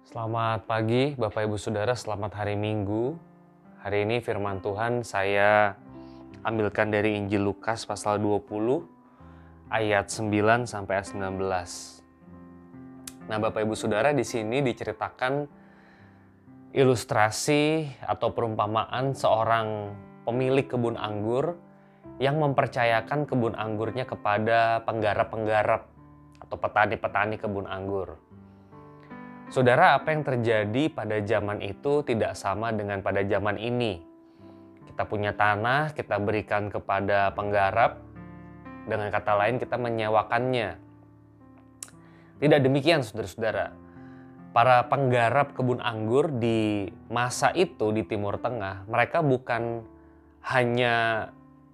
Selamat pagi Bapak Ibu Saudara, selamat hari Minggu. Hari ini firman Tuhan saya ambilkan dari Injil Lukas pasal 20 ayat 9 sampai ayat 19. Nah, Bapak Ibu Saudara, di sini diceritakan ilustrasi atau perumpamaan seorang pemilik kebun anggur yang mempercayakan kebun anggurnya kepada penggarap-penggarap atau petani-petani kebun anggur. Saudara, apa yang terjadi pada zaman itu tidak sama dengan pada zaman ini. Kita punya tanah, kita berikan kepada penggarap, dengan kata lain kita menyewakannya. Tidak demikian, saudara-saudara. Para penggarap kebun anggur di masa itu di Timur Tengah, mereka bukan hanya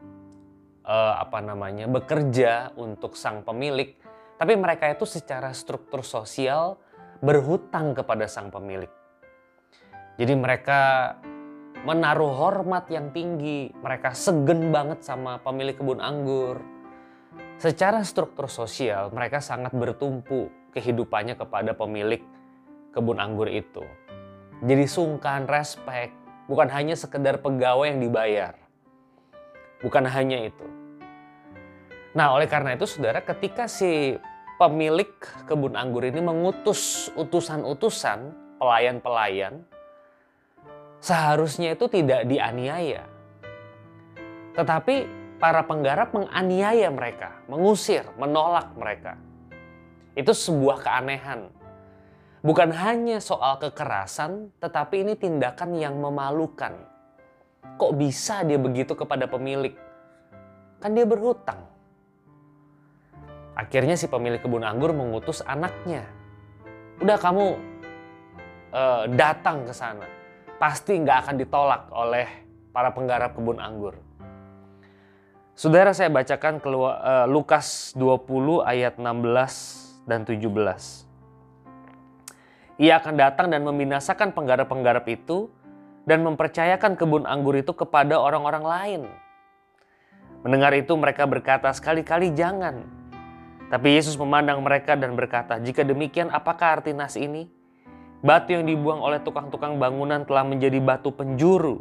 bekerja untuk sang pemilik, tapi mereka itu secara struktur sosial berhutang kepada sang pemilik. Jadi mereka menaruh hormat yang tinggi, mereka segen banget sama pemilik kebun anggur. Secara struktur sosial mereka sangat bertumpu kehidupannya kepada pemilik kebun anggur itu. Jadi sungkan, respek, bukan hanya sekedar pegawai yang dibayar. Bukan hanya itu. Nah, oleh karena itu saudara, ketika si pemilik kebun anggur ini mengutus utusan-utusan, pelayan-pelayan, seharusnya itu tidak dianiaya. Tetapi para penggarap menganiaya mereka, mengusir, menolak mereka. Itu sebuah keanehan. Bukan hanya soal kekerasan, tetapi ini tindakan yang memalukan. Kok bisa dia begitu kepada pemilik? Kan dia berhutang. Akhirnya si pemilik kebun anggur mengutus anaknya. Udah kamu datang ke sana. Pasti nggak akan ditolak oleh para penggarap kebun anggur. Saudara, saya bacakan Lukas 20 ayat 16 dan 17. Ia akan datang dan membinasakan penggarap-penggarap itu dan mempercayakan kebun anggur itu kepada orang-orang lain. Mendengar itu mereka berkata, sekali-kali jangan. Tapi Yesus memandang mereka dan berkata, jika demikian apakah arti nas ini? Batu yang dibuang oleh tukang-tukang bangunan telah menjadi batu penjuru.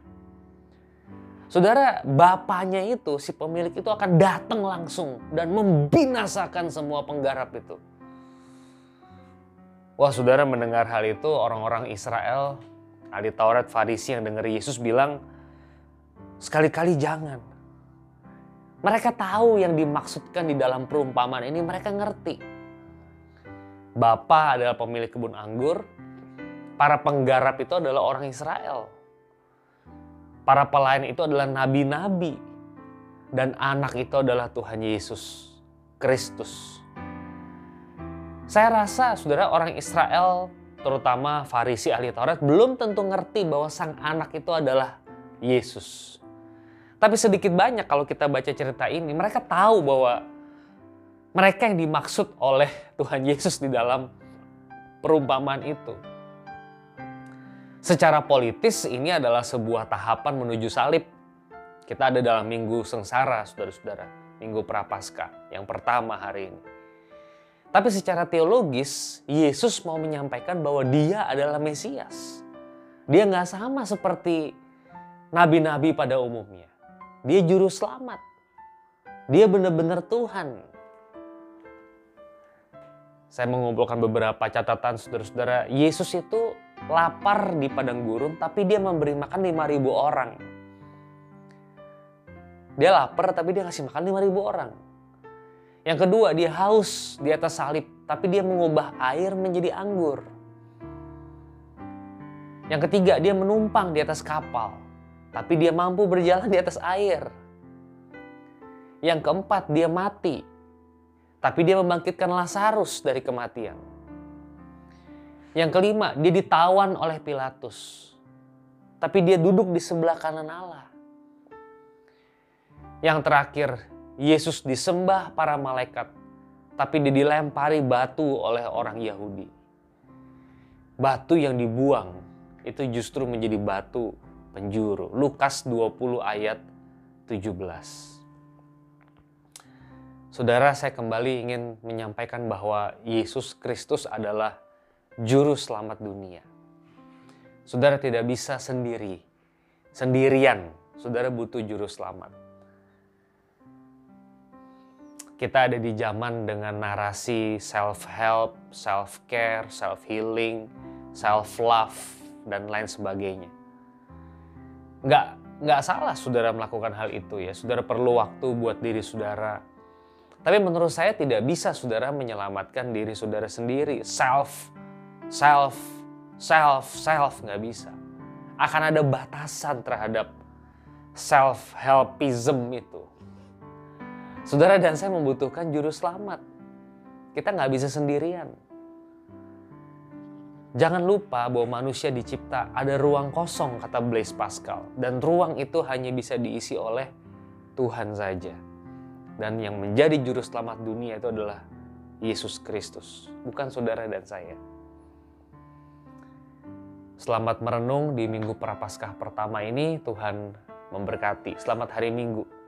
Saudara, bapaknya itu, si pemilik itu akan datang langsung dan membinasakan semua penggarap itu. Wah, saudara, mendengar hal itu orang-orang Israel, ahli Taurat, Farisi yang dengar Yesus bilang, sekali-kali jangan. Mereka tahu yang dimaksudkan di dalam perumpamaan ini, mereka ngerti. Bapa adalah pemilik kebun anggur, para penggarap itu adalah orang Israel. Para pelayan itu adalah nabi-nabi, dan anak itu adalah Tuhan Yesus Kristus. Saya rasa saudara, orang Israel, terutama Farisi ahli Taurat, belum tentu ngerti bahwa sang anak itu adalah Yesus. Tapi sedikit banyak kalau kita baca cerita ini, mereka tahu bahwa mereka yang dimaksud oleh Tuhan Yesus di dalam perumpamaan itu. Secara politis ini adalah sebuah tahapan menuju salib. Kita ada dalam minggu sengsara, saudara-saudara. Minggu Prapaskah yang pertama hari ini. Tapi secara teologis, Yesus mau menyampaikan bahwa dia adalah Mesias. Dia nggak sama seperti nabi-nabi pada umumnya. Dia juru selamat. Dia benar-benar Tuhan. Saya mengumpulkan beberapa catatan saudara-saudara. Yesus itu lapar di padang gurun, tapi dia memberi makan 5.000 orang. Dia lapar, tapi dia kasih makan 5.000 orang. Yang kedua, dia haus di atas salib, tapi dia mengubah air menjadi anggur. Yang ketiga, dia menumpang di atas kapal, tapi dia mampu berjalan di atas air. Yang keempat, dia mati, tapi dia membangkitkan Lazarus dari kematian. Yang kelima, dia ditawan oleh Pilatus, tapi dia duduk di sebelah kanan Allah. Yang terakhir, Yesus disembah para malaikat, tapi dia dilempari batu oleh orang Yahudi. Batu yang dibuang itu justru menjadi batu penjuru. Lukas 20 ayat 17. Saudara, saya kembali ingin menyampaikan bahwa Yesus Kristus adalah juru selamat dunia. Saudara tidak bisa sendirian. Saudara butuh juru selamat. Kita ada di zaman dengan narasi self-help, self-care, self-healing, self-love, dan lain sebagainya. Nggak salah saudara melakukan hal itu ya. Saudara perlu waktu buat diri saudara. Tapi menurut saya tidak bisa saudara menyelamatkan diri saudara sendiri. Self, nggak bisa. Akan ada batasan terhadap self-helpism itu. Saudara dan saya membutuhkan juru selamat. Kita nggak bisa sendirian. Jangan lupa bahwa manusia dicipta ada ruang kosong, kata Blaise Pascal. Dan ruang itu hanya bisa diisi oleh Tuhan saja. Dan yang menjadi juru selamat dunia itu adalah Yesus Kristus, bukan saudara dan saya. Selamat merenung di Minggu Prapaskah pertama ini. Tuhan memberkati. Selamat hari Minggu.